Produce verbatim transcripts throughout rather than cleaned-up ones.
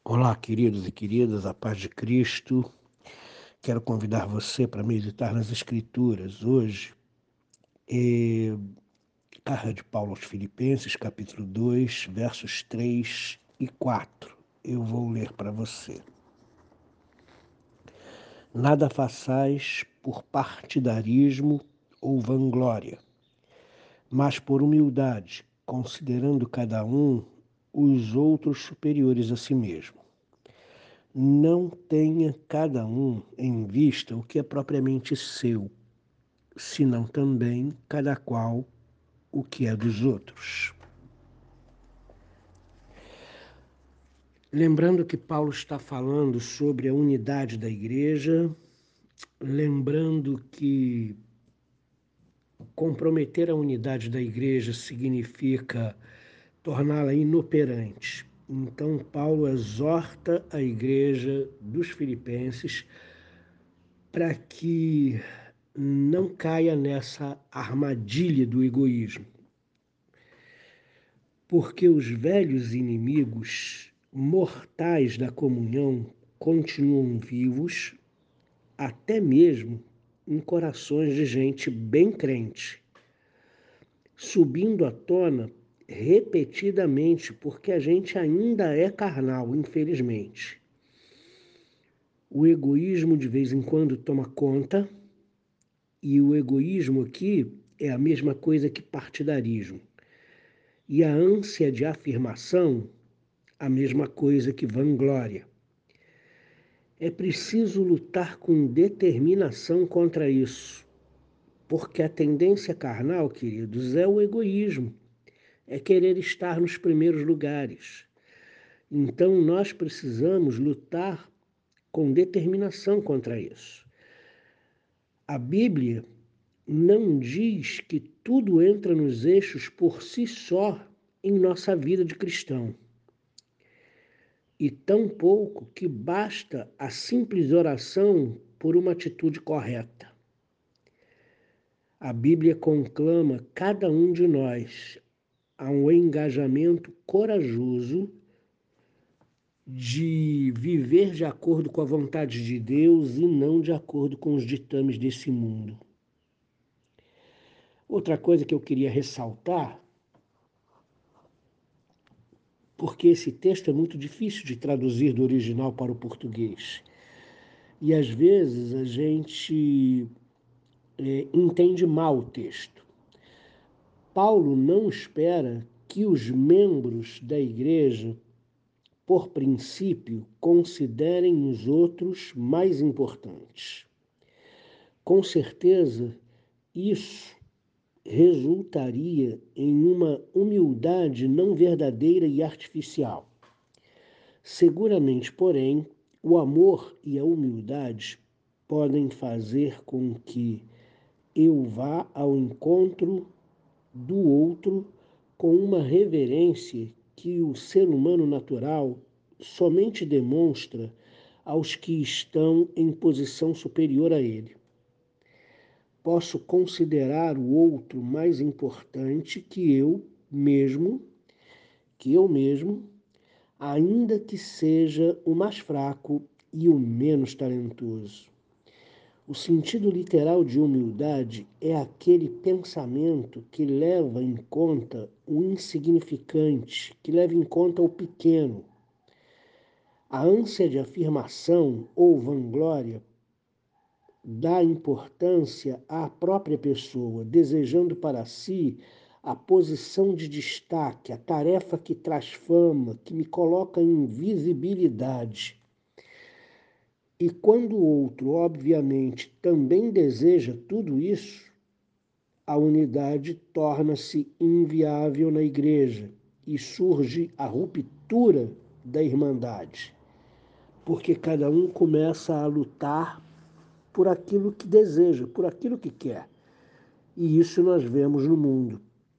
Olá, queridos e queridas, a paz de Cristo. Quero convidar você para meditar nas Escrituras hoje. É, Carta de Paulo aos Filipenses, capítulo dois, versos três e quatro. Eu vou ler para você. Nada façais por partidarismo ou vanglória, mas por humildade, considerando cada um os outros superiores a si mesmo. Não tenha cada um em vista o que é propriamente seu, senão também cada qual o que é dos outros. Lembrando que Paulo está falando sobre a unidade da igreja, lembrando que comprometer a unidade da igreja significa torná-la inoperante. Então, Paulo exorta a igreja dos Filipenses para que não caia nessa armadilha do egoísmo. Porque os velhos inimigos mortais da comunhão continuam vivos, até mesmo em corações de gente bem crente, subindo à tona repetidamente, porque a gente ainda é carnal, infelizmente. O egoísmo de vez em quando toma conta, e o egoísmo aqui é a mesma coisa que partidarismo. E a ânsia de afirmação, a mesma coisa que vanglória. É preciso lutar com determinação contra isso, porque a tendência carnal, queridos, é o egoísmo, é querer estar nos primeiros lugares. Então nós precisamos lutar com determinação contra isso. A Bíblia não diz que tudo entra nos eixos por si só em nossa vida de cristão. E tão pouco que basta a simples oração por uma atitude correta. A Bíblia conclama cada um de nós a um engajamento corajoso de viver de acordo com a vontade de Deus e não de acordo com os ditames desse mundo. Outra coisa que eu queria ressaltar, porque esse texto é muito difícil de traduzir do original para o português. E às vezes a gente é, entende mal o texto. Paulo não espera que os membros da igreja, por princípio, considerem os outros mais importantes. Com certeza, isso resultaria em uma humildade não verdadeira e artificial. Seguramente, porém, o amor e a humildade podem fazer com que eu vá ao encontro do outro com uma reverência que o ser humano natural somente demonstra aos que estão em posição superior a ele. Posso considerar o outro mais importante que eu mesmo, que eu mesmo, ainda que seja o mais fraco e o menos talentoso. O sentido literal de humildade é aquele pensamento que leva em conta o insignificante, que leva em conta o pequeno. A ânsia de afirmação ou vanglória dá importância à própria pessoa, desejando para si a posição de destaque, a tarefa que traz fama, que me coloca em visibilidade. E quando o outro, obviamente, também deseja tudo isso, a unidade torna-se inviável na igreja e surge a ruptura da irmandade, porque cada um começa a lutar por aquilo que deseja, por aquilo que quer. E isso nós vemos no mundo.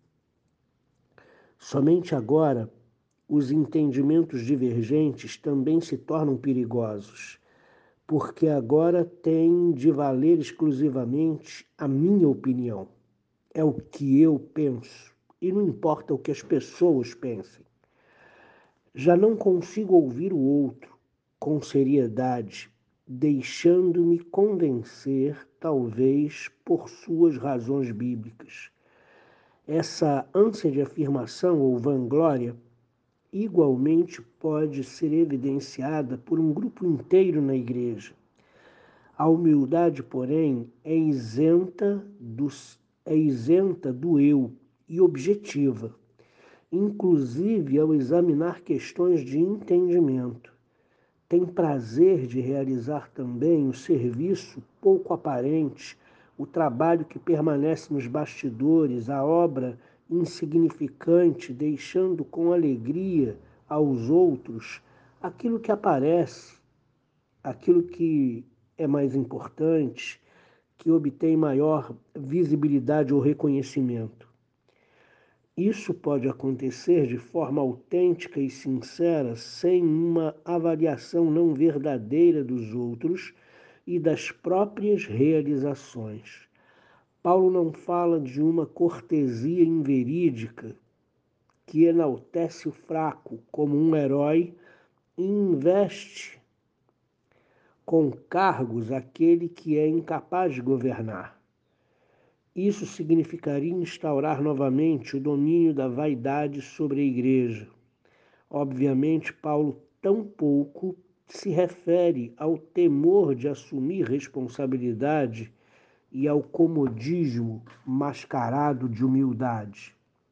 Somente agora, os entendimentos divergentes também se tornam perigosos, porque agora tem de valer exclusivamente a minha opinião. É o que eu penso, e não importa o que as pessoas pensem. Já não consigo ouvir o outro com seriedade, deixando-me convencer, talvez, por suas razões bíblicas. Essa ânsia de afirmação ou vanglória igualmente pode ser evidenciada por um grupo inteiro na igreja. A humildade, porém, é isenta do, é isenta do eu e objetiva, inclusive ao examinar questões de entendimento. Tem prazer de realizar também o serviço pouco aparente, o trabalho que permanece nos bastidores, a obra insignificante, deixando com alegria aos outros aquilo que aparece, aquilo que é mais importante, que obtém maior visibilidade ou reconhecimento. Isso pode acontecer de forma autêntica e sincera, sem uma avaliação não verdadeira dos outros e das próprias realizações. Paulo não fala de uma cortesia inverídica que enaltece o fraco como um herói e investe com cargos aquele que é incapaz de governar. Isso significaria instaurar novamente o domínio da vaidade sobre a igreja. Obviamente, Paulo tampouco se refere ao temor de assumir responsabilidade e ao comodismo mascarado de humildade,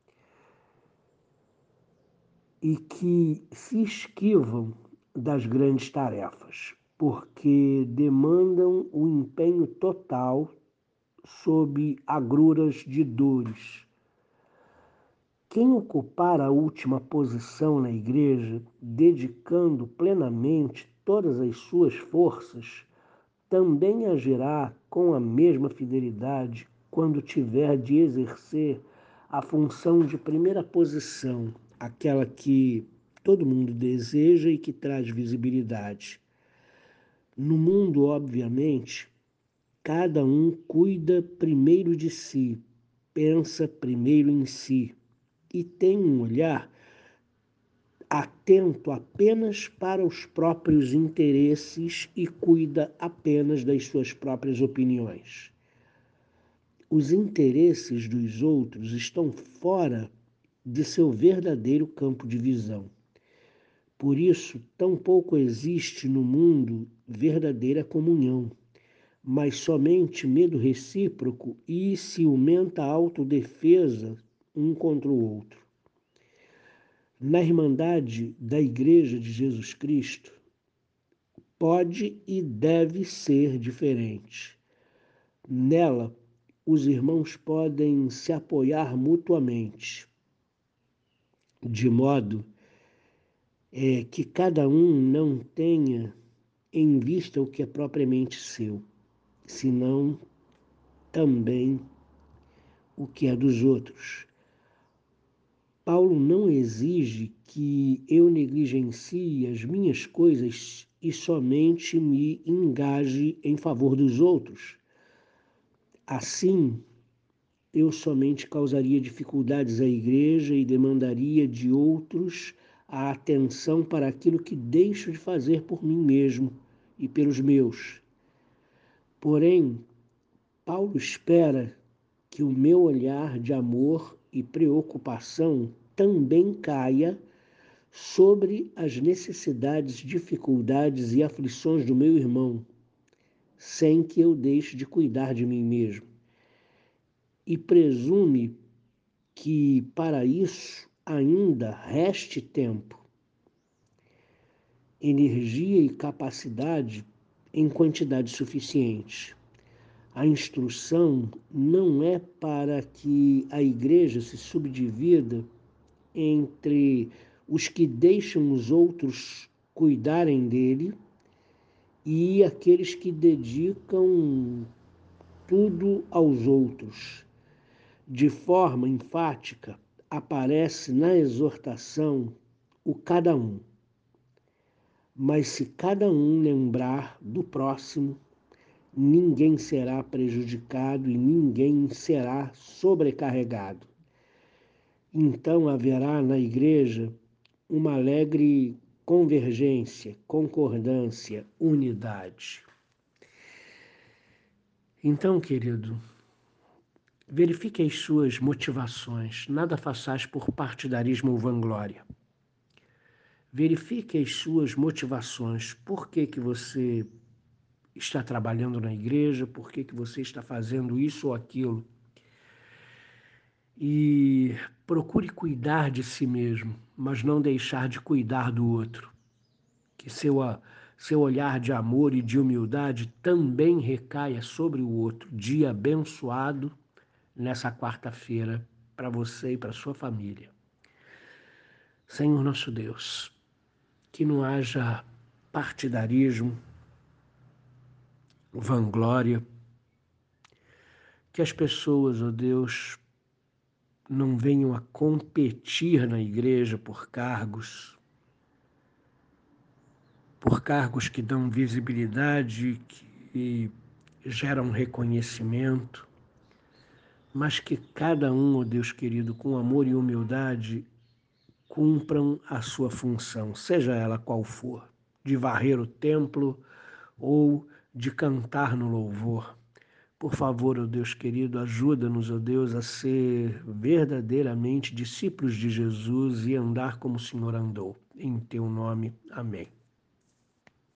e que se esquivam das grandes tarefas, porque demandam o empenho total sob agruras de dores. Quem ocupar a última posição na igreja, dedicando plenamente todas as suas forças, também agirá com a mesma fidelidade quando tiver de exercer a função de primeira posição, aquela que todo mundo deseja e que traz visibilidade. No mundo, obviamente, cada um cuida primeiro de si, pensa primeiro em si e tem um olhar atento apenas para os próprios interesses e cuida apenas das suas próprias opiniões. Os interesses dos outros estão fora de seu verdadeiro campo de visão. Por isso, tampouco existe no mundo verdadeira comunhão, mas somente medo recíproco e ciumenta autodefesa um contra o outro. Na Irmandade da Igreja de Jesus Cristo, pode e deve ser diferente. Nela, os irmãos podem se apoiar mutuamente, de modo é, que cada um não tenha em vista o que é propriamente seu, senão também o que é dos outros. Paulo não exige que eu negligencie as minhas coisas e somente me engaje em favor dos outros. Assim, eu somente causaria dificuldades à igreja e demandaria de outros a atenção para aquilo que deixo de fazer por mim mesmo e pelos meus. Porém, Paulo espera que o meu olhar de amor e preocupação também caia sobre as necessidades, dificuldades e aflições do meu irmão, sem que eu deixe de cuidar de mim mesmo. E presume que para isso ainda reste tempo, energia e capacidade em quantidade suficiente. A instrução não é para que a igreja se subdivida entre os que deixam os outros cuidarem dele e aqueles que dedicam tudo aos outros. De forma enfática, aparece na exortação o cada um. Mas se cada um lembrar do próximo, ninguém será prejudicado e ninguém será sobrecarregado. Então haverá na igreja uma alegre convergência, concordância, unidade. Então, querido, verifique as suas motivações, nada façais por partidarismo ou vanglória. Verifique as suas motivações, por que que você está trabalhando na igreja, por que que você está fazendo isso ou aquilo. E procure cuidar de si mesmo, mas não deixar de cuidar do outro. Que seu, seu olhar de amor e de humildade também recaia sobre o outro. Dia abençoado nessa quarta-feira para você e para sua família. Senhor nosso Deus, que não haja partidarismo, vanglória, que as pessoas, ó Deus, não venham a competir na igreja por cargos, por cargos que dão visibilidade, que geram reconhecimento, mas que cada um, ó Deus querido, com amor e humildade, cumpram a sua função, seja ela qual for, de varrer o templo ou de cantar no louvor. Por favor, ó Deus querido, ajuda-nos, ó Deus, a ser verdadeiramente discípulos de Jesus e andar como o Senhor andou. Em teu nome, amém.